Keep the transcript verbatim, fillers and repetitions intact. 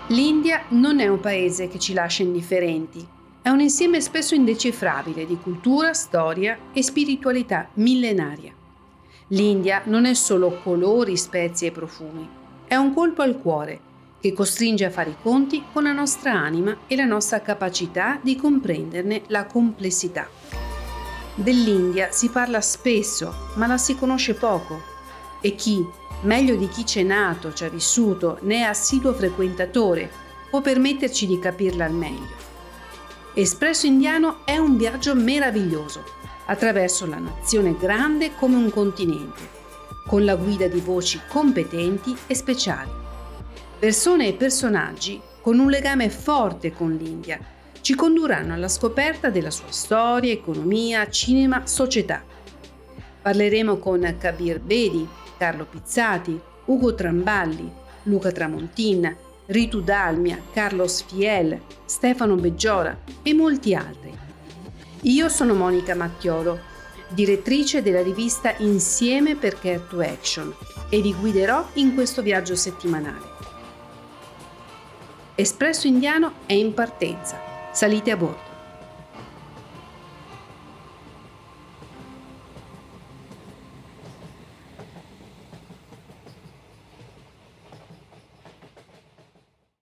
L'India non è un paese che ci lascia indifferenti. È un insieme spesso indecifrabile di cultura, storia e spiritualità millenaria. L'India non è solo colori, spezie e profumi. È un colpo al cuore che costringe a fare i conti con la nostra anima e la nostra capacità di comprenderne la complessità. Dell'India si parla spesso, ma la si conosce poco. E chi, meglio di chi c'è nato, ci ha vissuto, ne è assiduo frequentatore, può permetterci di capirla al meglio. Espresso Indiano è un viaggio meraviglioso, attraverso la nazione grande come un continente, con la guida di voci competenti e speciali. Persone e personaggi con un legame forte con l'India ci condurranno alla scoperta della sua storia, economia, cinema, società. Parleremo con Kabir Bedi, Carlo Pizzati, Ugo Tramballi, Luca Tramontin, Ritu Dalmia, Carlos Fiel, Stefano Beggiora e molti altri. Io sono Monica Mattiolo, direttrice della rivista Insieme per Care to Action, e vi guiderò in questo viaggio settimanale. Espresso Indiano è in partenza. Salite a bordo.